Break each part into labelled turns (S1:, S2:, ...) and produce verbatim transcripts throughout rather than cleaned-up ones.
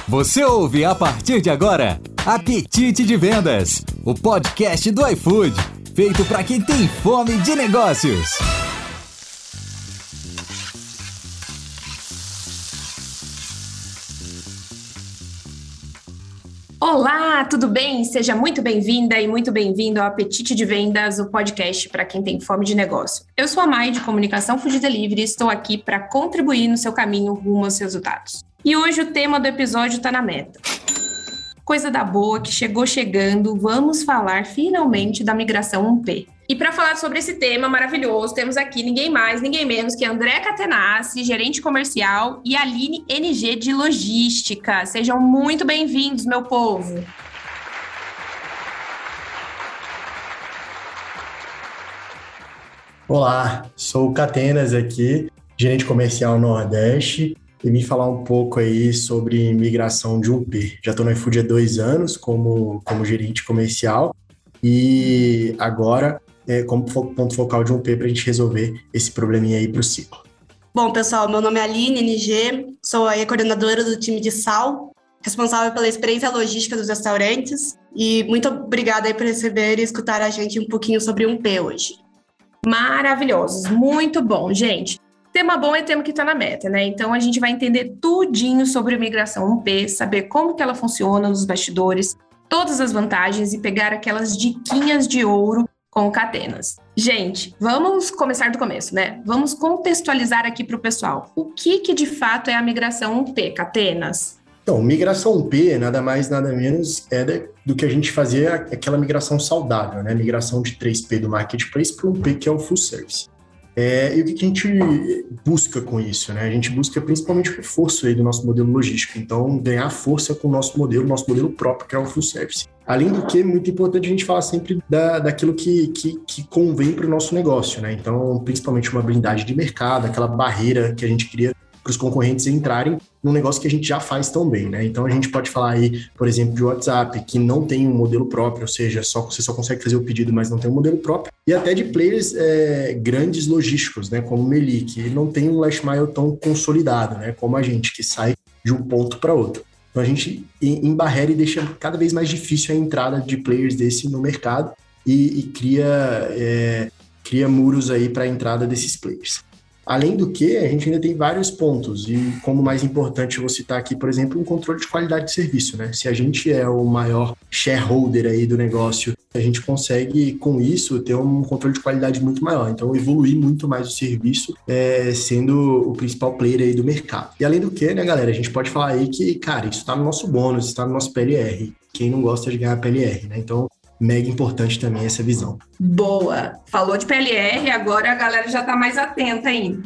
S1: Você ouve a partir de agora Apetite de Vendas, o podcast do iFood, feito para quem tem fome de negócios.
S2: Olá, tudo bem? Seja muito bem-vinda e muito bem-vindo ao Apetite de Vendas, o podcast para quem tem fome de negócio. Eu sou a Mai, de Comunicação Food Delivery, e estou aqui para contribuir no seu caminho rumo aos resultados. E hoje o tema do episódio está na meta. Coisa da boa que chegou chegando, vamos falar finalmente da migração um P. E para falar sobre esse tema maravilhoso, temos aqui ninguém mais, ninguém menos que André Catenassi, gerente comercial, e Aline N G de logística. Sejam muito bem-vindos, meu povo!
S3: Olá, sou o Catenas aqui, gerente comercial Nordeste, e vim falar um pouco aí sobre migração de um P. Já estou no iFood há dois anos como, como gerente comercial e agora é, como ponto focal de um P para a gente resolver esse probleminha aí para o ciclo.
S4: Bom, pessoal, meu nome é Aline N G, sou a coordenadora do time de sal, responsável pela experiência logística dos restaurantes, e muito obrigada aí por receber e escutar a gente um pouquinho sobre um P hoje.
S2: Maravilhosos, muito bom, gente. Tema bom é tema que está na meta, né? Então a gente vai entender tudinho sobre migração um P, saber como que ela funciona nos bastidores, todas as vantagens e pegar aquelas diquinhas de ouro com o Catenas. Gente, vamos começar do começo, né? Vamos contextualizar aqui para o pessoal. O que que de fato é a migração um P, Catenas?
S3: Então, migração um P nada mais, nada menos é do que a gente fazer aquela migração saudável, né? Migração de três P do Marketplace para um P que é o Full Service. É, e o que a gente busca com isso, né? A gente busca principalmente o reforço aí do nosso modelo logístico. Então, ganhar força com o nosso modelo, nosso modelo próprio, que é o Full Service. Além do que, é muito importante a gente falar sempre da, daquilo que, que, que convém para o nosso negócio, né? Então, principalmente uma blindagem de mercado, aquela barreira que a gente cria para os concorrentes entrarem num negócio que a gente já faz tão bem, né? Então, a gente pode falar aí, por exemplo, de WhatsApp, que não tem um modelo próprio, ou seja, só, você só consegue fazer o pedido, mas não tem um modelo próprio, e até de players é, grandes logísticos, né? Como o Meli, que não tem um last mile tão consolidado, né? Como a gente, que sai de um ponto para outro. Então, a gente embarrera e deixa cada vez mais difícil a entrada de players desse no mercado e, e cria, é, cria muros aí para a entrada desses players. Além do que, a gente ainda tem vários pontos, e como mais importante eu vou citar aqui, por exemplo, um controle de qualidade de serviço, né? Se a gente é o maior shareholder aí do negócio, a gente consegue, com isso, ter um controle de qualidade muito maior. Então, evoluir muito mais o serviço, é, sendo o principal player aí do mercado. E além do que, né, galera, a gente pode falar aí que, cara, isso está no nosso bônus, está no nosso P L R. Quem não gosta de ganhar P L R, né? Então, mega importante também essa visão.
S2: Boa! Falou de P L R, agora a galera já está mais atenta ainda.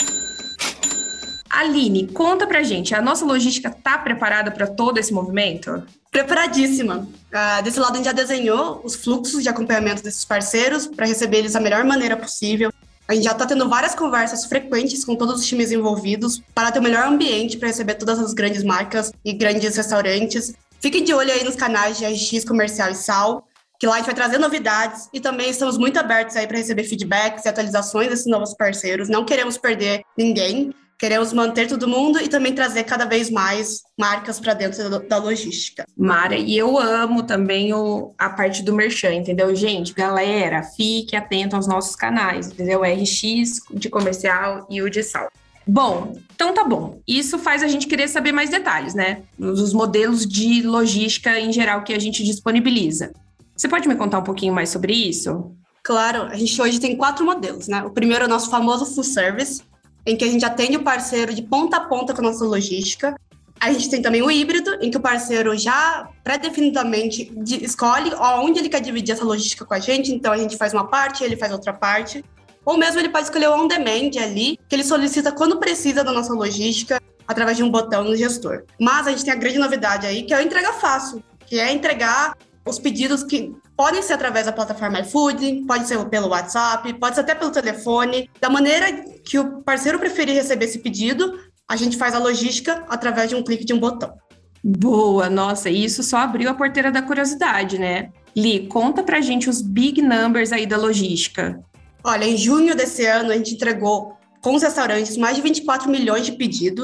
S2: Aline, conta pra gente, a nossa logística está preparada para todo esse movimento?
S4: Preparadíssima. Ah, desse lado a gente já desenhou os fluxos de acompanhamento desses parceiros para receber eles da melhor maneira possível. A gente já está tendo várias conversas frequentes com todos os times envolvidos para ter o melhor ambiente para receber todas as grandes marcas e grandes restaurantes. Fique de olho aí nos canais de R X Comercial e Sal, que lá a gente vai trazer novidades e também estamos muito abertos aí para receber feedbacks e atualizações desses novos parceiros. Não queremos perder ninguém, queremos manter todo mundo e também trazer cada vez mais marcas para dentro da logística.
S2: Mara, e eu amo também o, a parte do merchan, entendeu? Gente, galera, fique atento aos nossos canais, entendeu? O R X de comercial e o de sal. Bom, então tá bom. Isso faz a gente querer saber mais detalhes, né? Dos modelos de logística em geral que a gente disponibiliza. Você pode me contar um pouquinho mais sobre isso?
S4: Claro, a gente hoje tem quatro modelos, né? O primeiro é o nosso famoso Full Service, em que a gente atende o parceiro de ponta a ponta com a nossa logística. A gente tem também o híbrido, em que o parceiro já pré-definidamente escolhe onde ele quer dividir essa logística com a gente, então a gente faz uma parte, ele faz outra parte. Ou mesmo ele pode escolher o on-demand ali, que ele solicita quando precisa da nossa logística, através de um botão no gestor. Mas a gente tem a grande novidade aí, que é o entrega fácil, que é entregar os pedidos que podem ser através da plataforma iFood, pode ser pelo WhatsApp, pode ser até pelo telefone. Da maneira que o parceiro preferir receber esse pedido, a gente faz a logística através de um clique de um botão.
S2: Boa, nossa, isso só abriu a porteira da curiosidade, né? Li, conta pra gente os big numbers aí da logística.
S4: Olha, em junho desse ano a gente entregou com os restaurantes mais de vinte e quatro milhões de pedidos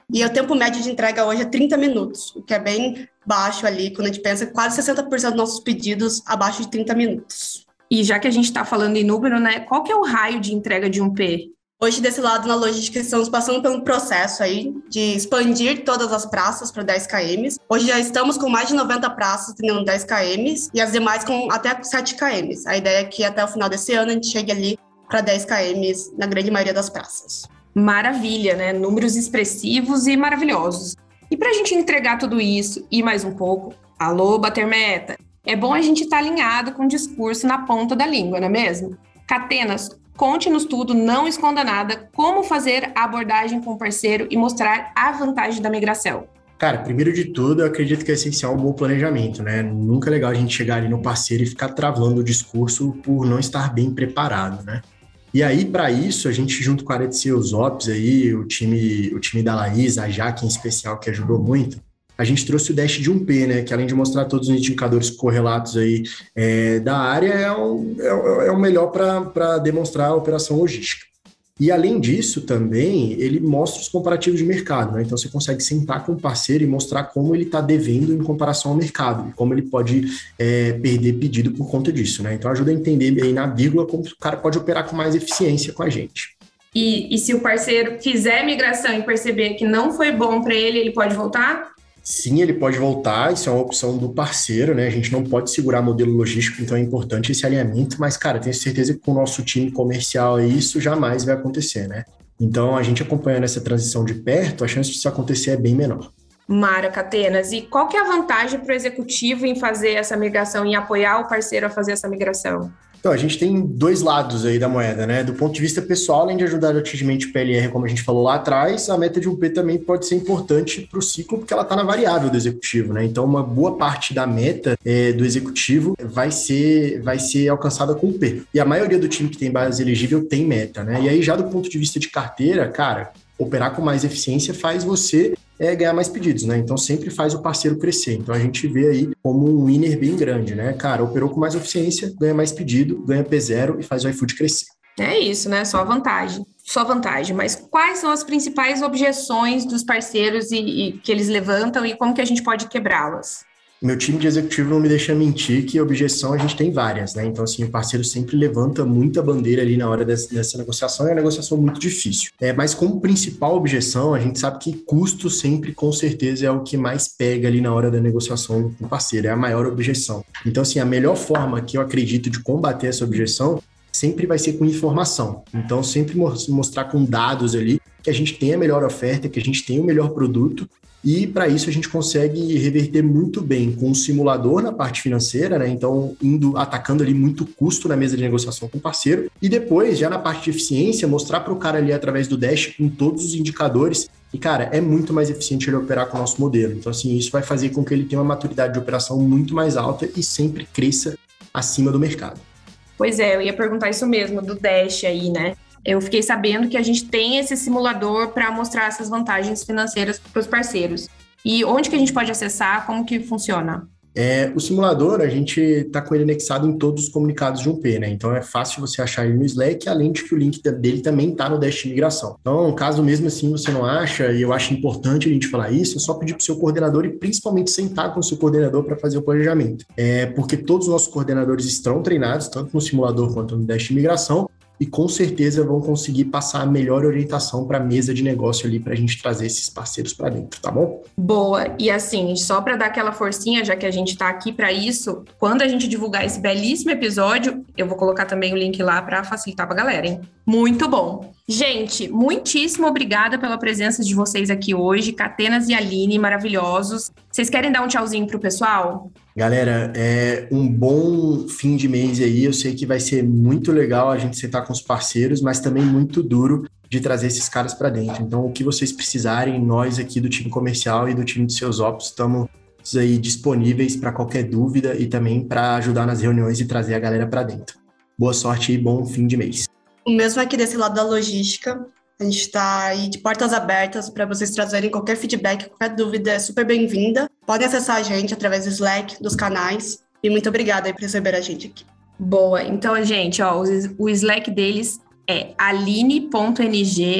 S4: E o tempo médio de entrega hoje é trinta minutos, o que é bem baixo ali, quando a gente pensa que quase sessenta por cento dos nossos pedidos abaixo de trinta minutos.
S2: E já que a gente está falando em número, né, qual que é o raio de entrega de um P?
S4: Hoje, desse lado, na logística, estamos passando por um processo aí de expandir todas as praças para dez quilômetros. Hoje já estamos com mais de noventa praças tendo dez quilômetros e as demais com até sete quilômetros. A ideia é que até o final desse ano a gente chegue ali para dez quilômetros na grande maioria das praças.
S2: Maravilha, né? Números expressivos e maravilhosos. E para a gente entregar tudo isso e mais um pouco, alô, bater meta, é bom a gente estar tá alinhado com o discurso na ponta da língua, não é mesmo? Catenas, conte-nos tudo, não esconda nada, como fazer a abordagem com o parceiro e mostrar a vantagem da migração.
S3: Cara, primeiro de tudo, eu acredito que é essencial um bom planejamento, né? Nunca é legal a gente chegar ali no parceiro e ficar travando o discurso por não estar bem preparado, né? E aí, para isso, a gente, junto com a área de C E Os Ops, aí, o time, o time da Laís, a Jaque em especial, que ajudou muito, a gente trouxe o Dash de um P, né? Que além de mostrar todos os indicadores correlatos aí é, da área, é, um, é, é o melhor para demonstrar a operação logística. E além disso, também, ele mostra os comparativos de mercado, né? Então você consegue sentar com o parceiro e mostrar como ele está devendo em comparação ao mercado, e como ele pode é, perder pedido por conta disso, né? Então ajuda a entender aí na vírgula como o cara pode operar com mais eficiência com a gente.
S2: E, e se o parceiro fizer migração e perceber que não foi bom para ele, ele pode voltar?
S3: Sim, ele pode voltar, isso é uma opção do parceiro, né? A gente não pode segurar modelo logístico, então é importante esse alinhamento, mas, cara, tenho certeza que com o nosso time comercial isso jamais vai acontecer, né? Então, a gente acompanhando essa transição de perto, a chance disso acontecer é bem menor.
S2: Mara, Catenas, e qual que é a vantagem para o executivo em fazer essa migração, em apoiar o parceiro a fazer essa migração?
S3: Então, a gente tem dois lados aí da moeda, né? Do ponto de vista pessoal, além de ajudar no atingimento de P L R, como a gente falou lá atrás, a meta de um P também pode ser importante para o ciclo, porque ela está na variável do executivo, né? Então, uma boa parte da meta é, do executivo vai ser, vai ser alcançada com o P. E a maioria do time que tem base elegível tem meta, né? E aí, já do ponto de vista de carteira, cara, operar com mais eficiência faz você é, ganhar mais pedidos, né? Então, sempre faz o parceiro crescer. Então, a gente vê aí como um winner bem grande, né? Cara, operou com mais eficiência, ganha mais pedido, ganha P zero e faz o iFood crescer.
S2: É isso, né? Só vantagem. Só vantagem. Mas quais são as principais objeções dos parceiros e, e que eles levantam e como que a gente pode quebrá-las?
S3: Meu time de executivo não me deixa mentir que objeção a gente tem várias, né? Então, assim, o parceiro sempre levanta muita bandeira ali na hora dessa, dessa negociação, e é uma negociação muito difícil. É, mas como principal objeção, a gente sabe que custo sempre, com certeza, é o que mais pega ali na hora da negociação com o parceiro, é a maior objeção. Então, assim, a melhor forma que eu acredito de combater essa objeção sempre vai ser com informação. Então, sempre mostrar com dados ali que a gente tem a melhor oferta, que a gente tem o melhor produto. E para isso a gente consegue reverter muito bem com o simulador na parte financeira, né? Então, indo, atacando ali muito custo na mesa de negociação com o parceiro. E depois, já na parte de eficiência, mostrar para o cara ali através do Dash com todos os indicadores. E, cara, é muito mais eficiente ele operar com o nosso modelo. Então, assim, isso vai fazer com que ele tenha uma maturidade de operação muito mais alta e sempre cresça acima do mercado.
S2: Pois é, eu ia perguntar isso mesmo, do Dash aí, né? Eu fiquei sabendo que a gente tem esse simulador para mostrar essas vantagens financeiras para os parceiros. E onde que a gente pode acessar? Como que funciona?
S3: É, o simulador, a gente está com ele anexado em todos os comunicados de um P, né? Então é fácil você achar ele no Slack, além de que o link dele também está no Dash de migração. Então, caso mesmo assim você não acha, e eu acho importante a gente falar isso, é só pedir para o seu coordenador e principalmente sentar com o seu coordenador para fazer o planejamento. É, porque todos os nossos coordenadores estão treinados, tanto no simulador quanto no Dash de migração, e com certeza vão conseguir passar a melhor orientação para a mesa de negócio ali para a gente trazer esses parceiros para dentro, tá bom?
S2: Boa, e assim, só para dar aquela forcinha, já que a gente está aqui para isso, quando a gente divulgar esse belíssimo episódio, eu vou colocar também o link lá para facilitar para a galera, hein? Muito bom! Gente, muitíssimo obrigada pela presença de vocês aqui hoje, Catenas e Aline, maravilhosos. Vocês querem dar um tchauzinho pro pessoal?
S3: Galera, é um bom fim de mês aí, eu sei que vai ser muito legal a gente sentar com os parceiros, mas também muito duro de trazer esses caras para dentro. Então, o que vocês precisarem, nós aqui do time comercial e do time de C E Os Ops estamos aí disponíveis para qualquer dúvida e também para ajudar nas reuniões e trazer a galera para dentro. Boa sorte e bom fim de mês.
S4: O mesmo aqui desse lado da logística, a gente está aí de portas abertas para vocês trazerem qualquer feedback, qualquer dúvida é super bem-vinda. Podem acessar a gente através do Slack, dos canais. E muito obrigada aí por receber a gente aqui.
S2: Boa. Então, gente, ó, o Slack deles é aline ponto n g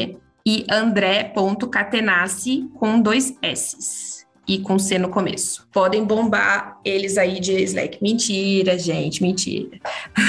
S2: e andré.catenacci com dois S's e com C no começo. Podem bombar eles aí de Slack. Mentira, gente, mentira.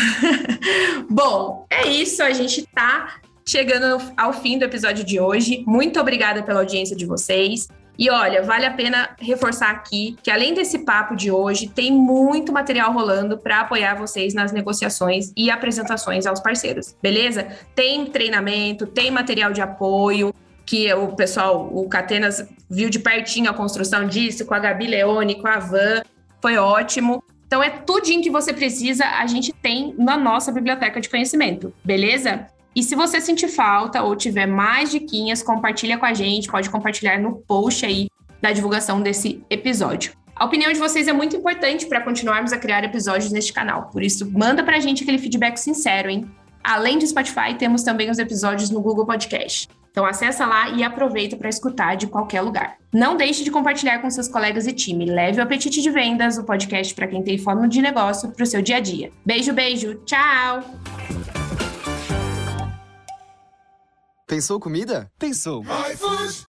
S2: Bom, é isso, a gente tá chegando ao fim do episódio de hoje. Muito obrigada pela audiência de vocês. E olha, vale a pena reforçar aqui que além desse papo de hoje, tem muito material rolando para apoiar vocês nas negociações e apresentações aos parceiros, beleza? Tem treinamento, tem material de apoio, que o pessoal, o Catenas viu de pertinho a construção disso, com a Gabi Leone, com a Van, foi ótimo. Então é tudinho que você precisa, a gente tem na nossa biblioteca de conhecimento, beleza? E se você sentir falta ou tiver mais diquinhas, compartilha com a gente, pode compartilhar no post aí da divulgação desse episódio. A opinião de vocês é muito importante para continuarmos a criar episódios neste canal, por isso manda pra gente aquele feedback sincero, hein? Além do Spotify, temos também os episódios no Google Podcast. Então acessa lá e aproveita para escutar de qualquer lugar. Não deixe de compartilhar com seus colegas e time. Leve o Apetite de Vendas, o podcast para quem tem fome de negócio, para o seu dia a dia. Beijo, beijo. Tchau!
S5: Pensou comida? Pensou. iFood.